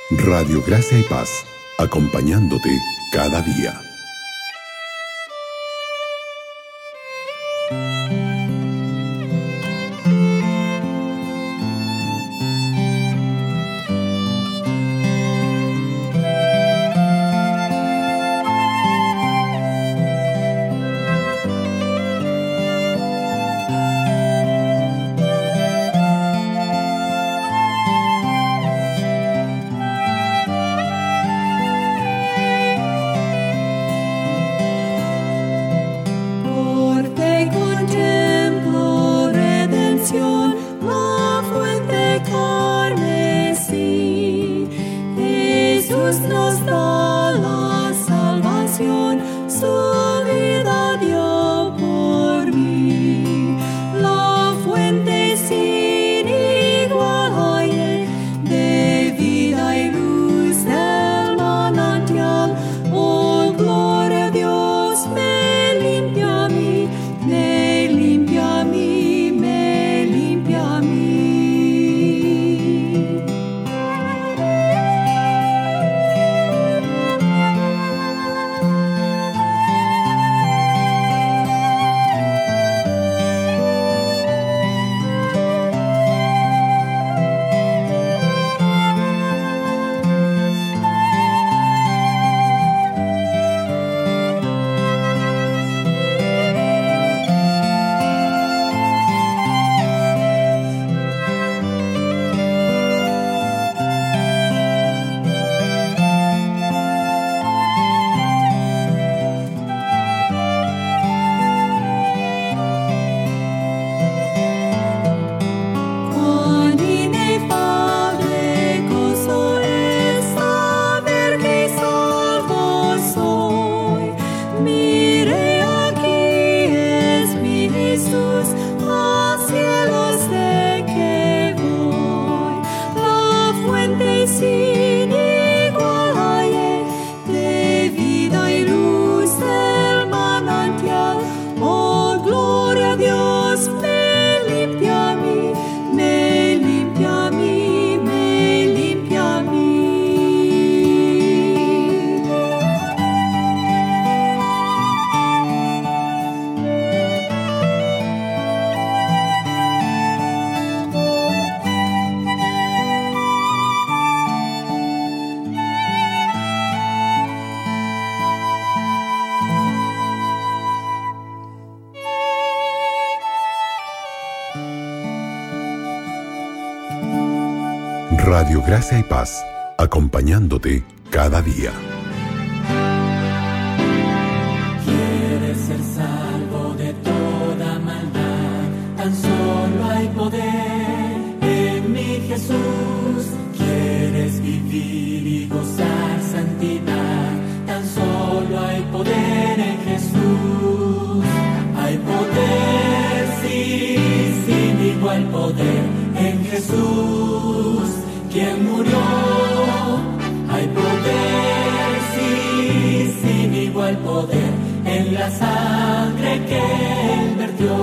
Radio Gracia y Paz, acompañándote cada día. Radio Gracia y Paz, acompañándote cada día. Quieres ser salvo de toda maldad, tan solo hay poder en mi Jesús. Quieres vivir y gozar santidad, tan solo hay poder en Jesús. Hay poder, sí, sin igual poder en Jesús. Quien murió, hay poder, sí, sin igual poder, en la sangre que Él vertió.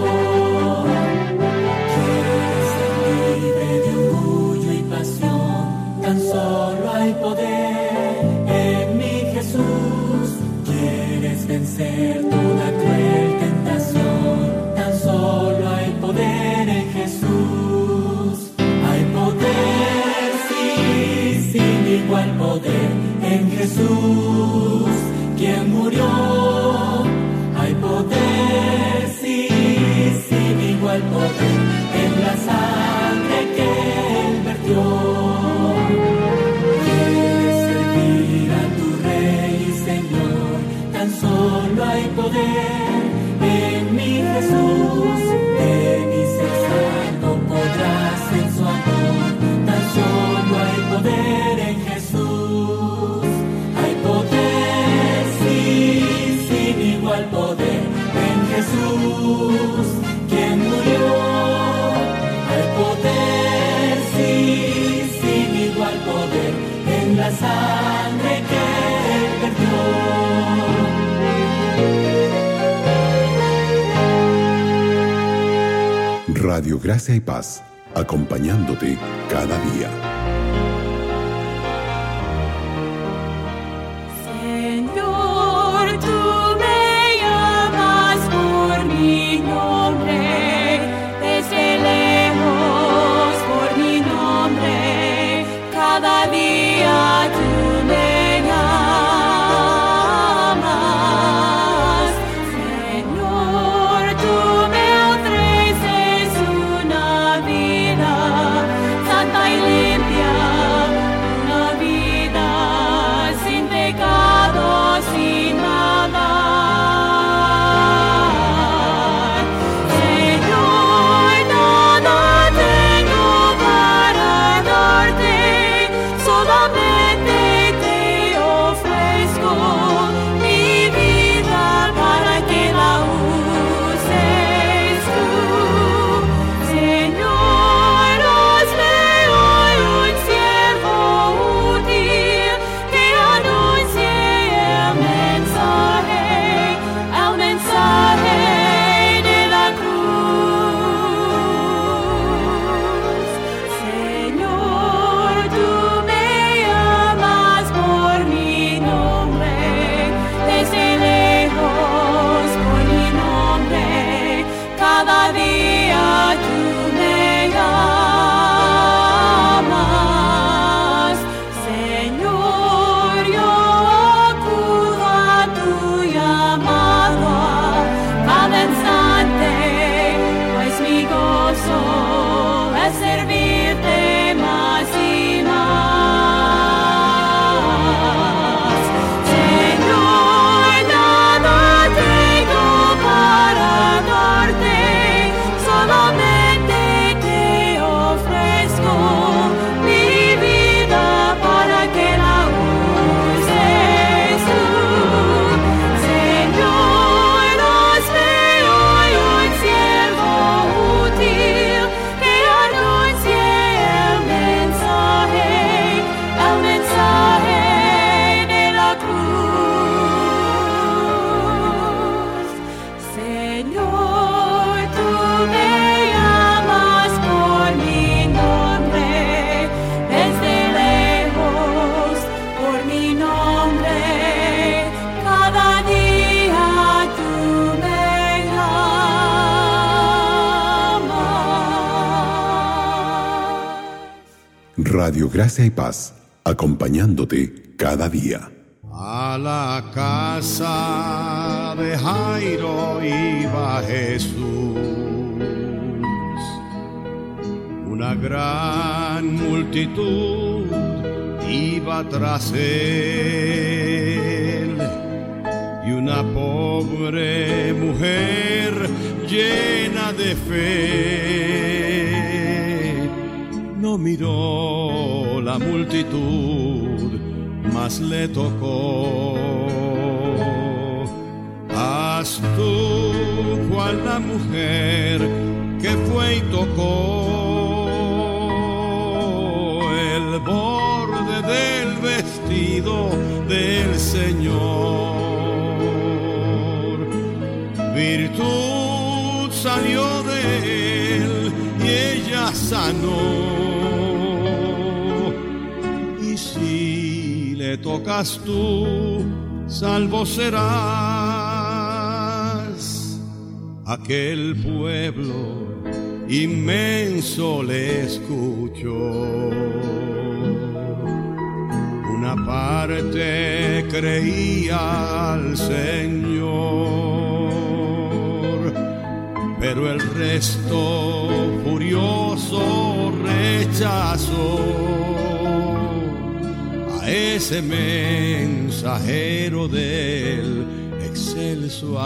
Quieres ser libre de orgullo y pasión, tan solo hay poder en mi Jesús. Quieres vencer toda cruel tentación, tan solo hay poder en Jesús. Hay poder, sin igual poder en Jesús, quien murió. Hay poder, sí, sin igual poder en la sangre que Él vertió. Quieres servir a tu Rey y Señor, tan solo hay poder en mi Jesús. Ven y ser salvo podrás en su amor, tan solo hay poder en Jesús. Hay poder, sí, sin igual poder en Jesús, quien murió. Hay poder, sí, sin igual poder en la sangre que Él vertió. Radio Gracia y Paz, acompañándote cada día. Radio Gracia y Paz, acompañándote cada día. A la casa de Jairo iba Jesús. Una gran multitud iba tras él, y una pobre mujer llena de fe no miró la multitud, mas le tocó. Haz tú cual la mujer que fue y tocó el borde del vestido del Señor. Virtud salió de él y ella sanó. Y si le tocas tú, salvo serás. Aquel pueblo inmenso le escuchó. Una parte creía al Señor, pero el resto furioso rechazó a ese mensajero del excelso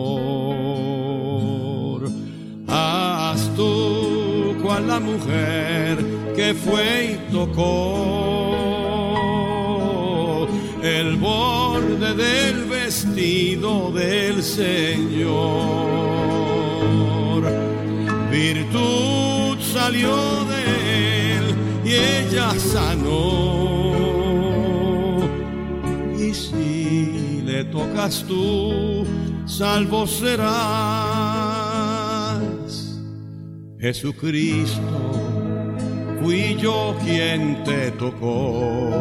amor. Haz tú cual la mujer que fue y tocó el borde del vestido del Señor. Virtud salió de él y ella sanó. Y si le tocas tú, salvo serás. Jesucristo, fui yo quien te tocó.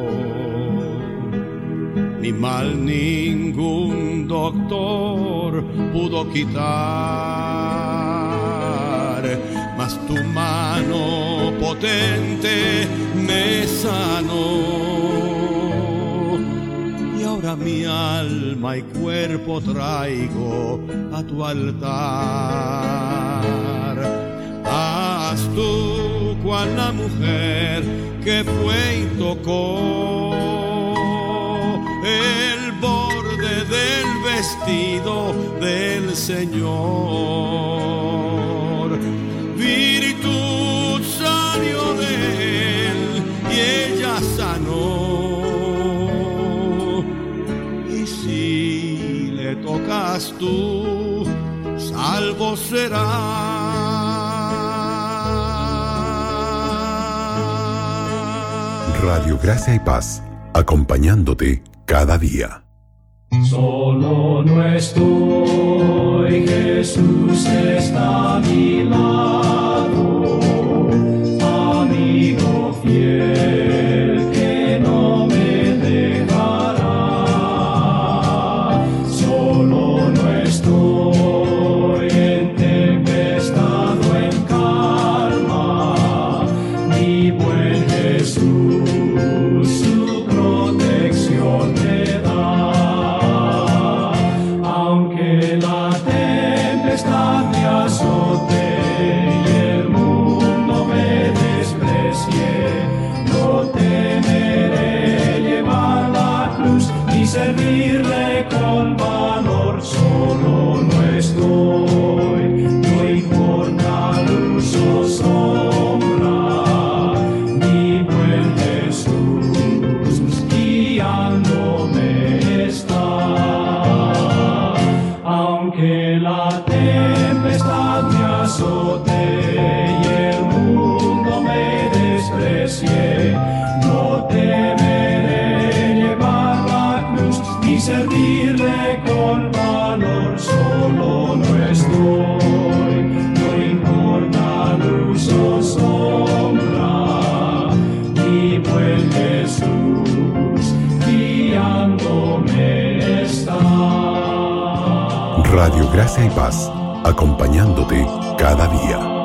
Mi mal ningún doctor pudo quitar, mas tu mano potente me sanó. Y ahora mi alma y cuerpo traigo a tu altar. Haz tú cual la mujer que fue y tocó el borde del vestido del Señor. Virtud salió de él y ella sanó. Y si le tocas tú, salvo serás. Radio Gracia y Paz, acompañándote cada día. Solo no estoy, Jesús está a mi lado, amigo fiel que no me dejará. Solo no estoy en tempestad o en calma, mi buen Jesús su protección me da. Aunque la tempestad me azote y el mundo me desprecie, no temeré llevar la cruz y servirle con valor. Solo no estoy, no importa luz o sombra, mi buen Jesús guiándome está. Aunque la tempestad me azote y el mundo me desprecie, no temeré llevar la cruz y servirle con valor. Solo no estoy, no importa luz o sombra, mi buen Jesús guiándome está. Radio Gracia y Paz, acompañándote cada día.